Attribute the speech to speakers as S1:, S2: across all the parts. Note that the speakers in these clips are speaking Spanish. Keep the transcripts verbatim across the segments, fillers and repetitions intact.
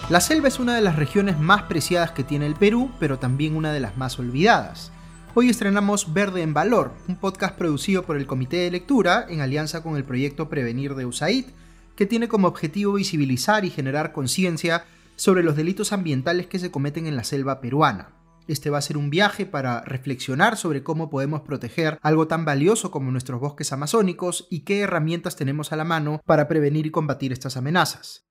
S1: La selva es una de las regiones más preciadas que tiene el Perú, pero también una de las más olvidadas. Hoy estrenamos Verde en Valor, un podcast producido por el Comité de Lectura en alianza con el proyecto Prevenir de U S A I D, que tiene como objetivo visibilizar y generar conciencia sobre los delitos ambientales que se cometen en la selva peruana. Este va a ser un viaje para reflexionar sobre cómo podemos proteger algo tan valioso como nuestros bosques amazónicos y qué herramientas tenemos a la mano para prevenir y combatir estas amenazas.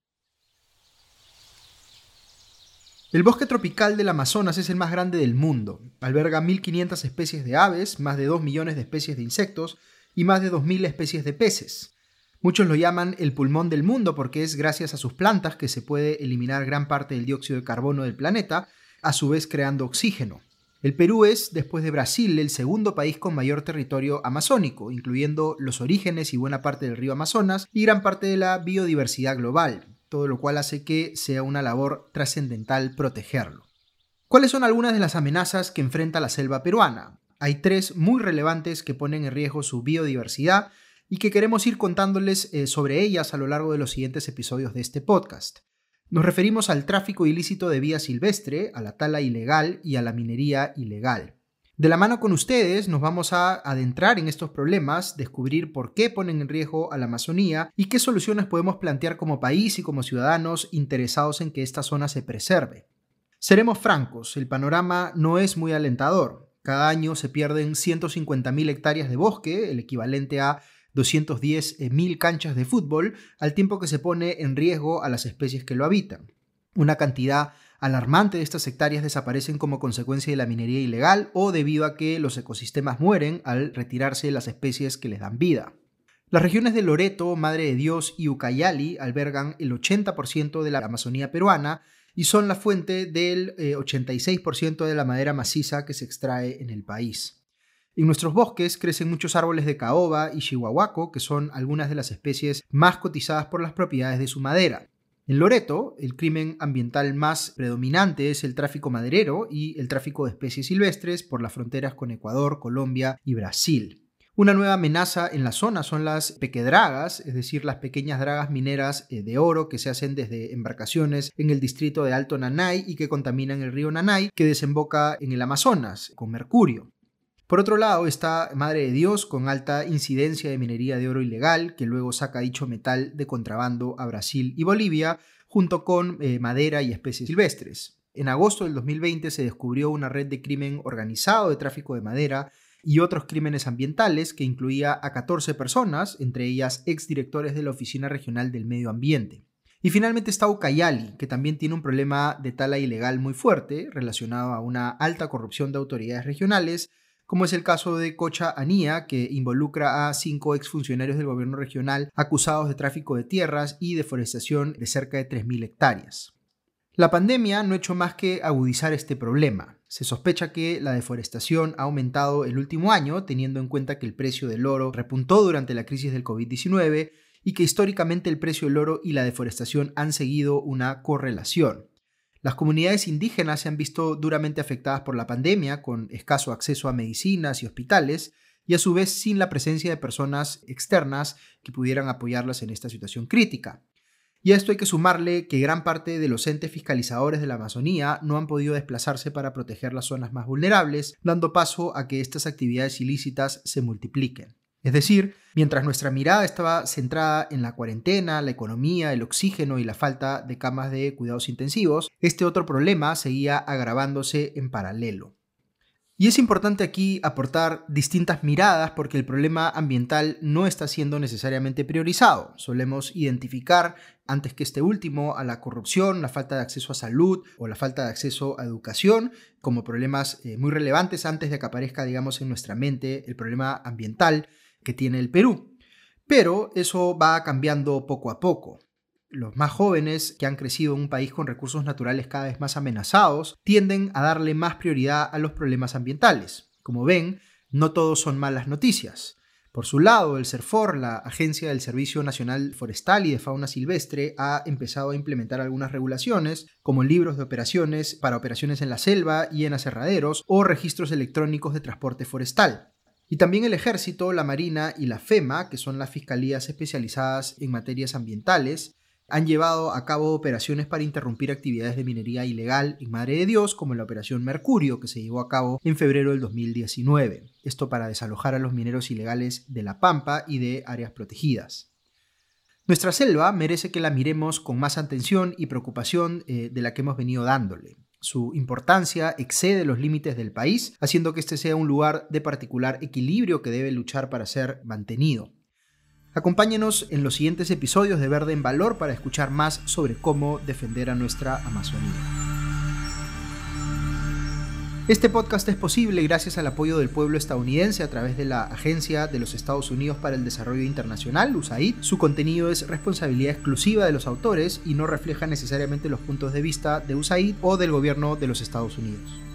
S1: El bosque tropical del Amazonas es el más grande del mundo. Alberga mil quinientas especies de aves, más de dos millones de especies de insectos y más de dos mil especies de peces. Muchos lo llaman el pulmón del mundo porque es gracias a sus plantas que se puede eliminar gran parte del dióxido de carbono del planeta, a su vez creando oxígeno. El Perú es, después de Brasil, el segundo país con mayor territorio amazónico, incluyendo los orígenes y buena parte del río Amazonas y gran parte de la biodiversidad global, todo lo cual hace que sea una labor trascendental protegerlo. ¿Cuáles son algunas de las amenazas que enfrenta la selva peruana? Hay tres muy relevantes que ponen en riesgo su biodiversidad y que queremos ir contándoles eh, sobre ellas a lo largo de los siguientes episodios de este podcast. Nos referimos al tráfico ilícito de vida silvestre, a la tala ilegal y a la minería ilegal. De la mano con ustedes nos vamos a adentrar en estos problemas, descubrir por qué ponen en riesgo a la Amazonía y qué soluciones podemos plantear como país y como ciudadanos interesados en que esta zona se preserve. Seremos francos, el panorama no es muy alentador. Cada año se pierden ciento cincuenta mil hectáreas de bosque, el equivalente a doscientas diez mil canchas de fútbol, al tiempo que se pone en riesgo a las especies que lo habitan. Una cantidad alarmante de estas hectáreas desaparecen como consecuencia de la minería ilegal o debido a que los ecosistemas mueren al retirarse las especies que les dan vida. Las regiones de Loreto, Madre de Dios y Ucayali albergan el ochenta por ciento de la Amazonía peruana y son la fuente del eh, ochenta y seis por ciento de la madera maciza que se extrae en el país. En nuestros bosques crecen muchos árboles de caoba y chihuahuaco, que son algunas de las especies más cotizadas por las propiedades de su madera. En Loreto, el crimen ambiental más predominante es el tráfico maderero y el tráfico de especies silvestres por las fronteras con Ecuador, Colombia y Brasil. Una nueva amenaza en la zona son las pequedragas, es decir, las pequeñas dragas mineras de oro que se hacen desde embarcaciones en el distrito de Alto Nanay y que contaminan el río Nanay, que desemboca en el Amazonas con mercurio. Por otro lado está Madre de Dios, con alta incidencia de minería de oro ilegal, que luego saca dicho metal de contrabando a Brasil y Bolivia, junto con eh, madera y especies silvestres. En agosto del dos mil veinte se descubrió una red de crimen organizado de tráfico de madera y otros crímenes ambientales que incluía a catorce personas, entre ellas exdirectores de la Oficina Regional del Medio Ambiente. Y finalmente está Ucayali, que también tiene un problema de tala ilegal muy fuerte, relacionado a una alta corrupción de autoridades regionales, como es el caso de Cocha Anía, que involucra a cinco exfuncionarios del gobierno regional acusados de tráfico de tierras y deforestación de cerca de tres mil hectáreas. La pandemia no ha hecho más que agudizar este problema. Se sospecha que la deforestación ha aumentado el último año, teniendo en cuenta que el precio del oro repuntó durante la crisis del covid diecinueve y que históricamente el precio del oro y la deforestación han seguido una correlación. Las comunidades indígenas se han visto duramente afectadas por la pandemia, con escaso acceso a medicinas y hospitales, y a su vez sin la presencia de personas externas que pudieran apoyarlas en esta situación crítica. Y a esto hay que sumarle que gran parte de los entes fiscalizadores de la Amazonía no han podido desplazarse para proteger las zonas más vulnerables, dando paso a que estas actividades ilícitas se multipliquen. Es decir, mientras nuestra mirada estaba centrada en la cuarentena, la economía, el oxígeno y la falta de camas de cuidados intensivos, este otro problema seguía agravándose en paralelo. Y es importante aquí aportar distintas miradas porque el problema ambiental no está siendo necesariamente priorizado. Solemos identificar, antes que este último, a la corrupción, la falta de acceso a salud o la falta de acceso a educación como problemas eh, muy relevantes antes de que aparezca, digamos, en nuestra mente el problema ambiental que tiene el Perú. Pero eso va cambiando poco a poco. Los más jóvenes, que han crecido en un país con recursos naturales cada vez más amenazados, tienden a darle más prioridad a los problemas ambientales. Como ven, no todos son malas noticias. Por su lado, el CERFOR, la Agencia del Servicio Nacional Forestal y de Fauna Silvestre, ha empezado a implementar algunas regulaciones, como libros de operaciones para operaciones en la selva y en aserraderos o registros electrónicos de transporte forestal. Y también el Ejército, la Marina y la FEMA, que son las fiscalías especializadas en materias ambientales, han llevado a cabo operaciones para interrumpir actividades de minería ilegal en Madre de Dios, como la Operación Mercurio, que se llevó a cabo en febrero del dos mil diecinueve. Esto para desalojar a los mineros ilegales de La Pampa y de áreas protegidas. Nuestra selva merece que la miremos con más atención y preocupación eh, de la que hemos venido dándole. Su importancia excede los límites del país, haciendo que este sea un lugar de particular equilibrio que debe luchar para ser mantenido. Acompáñenos en los siguientes episodios de Verde en Valor para escuchar más sobre cómo defender a nuestra Amazonía. Este podcast es posible gracias al apoyo del pueblo estadounidense a través de la Agencia de los Estados Unidos para el Desarrollo Internacional, U S A I D. Su contenido es responsabilidad exclusiva de los autores y no refleja necesariamente los puntos de vista de U S A I D o del gobierno de los Estados Unidos.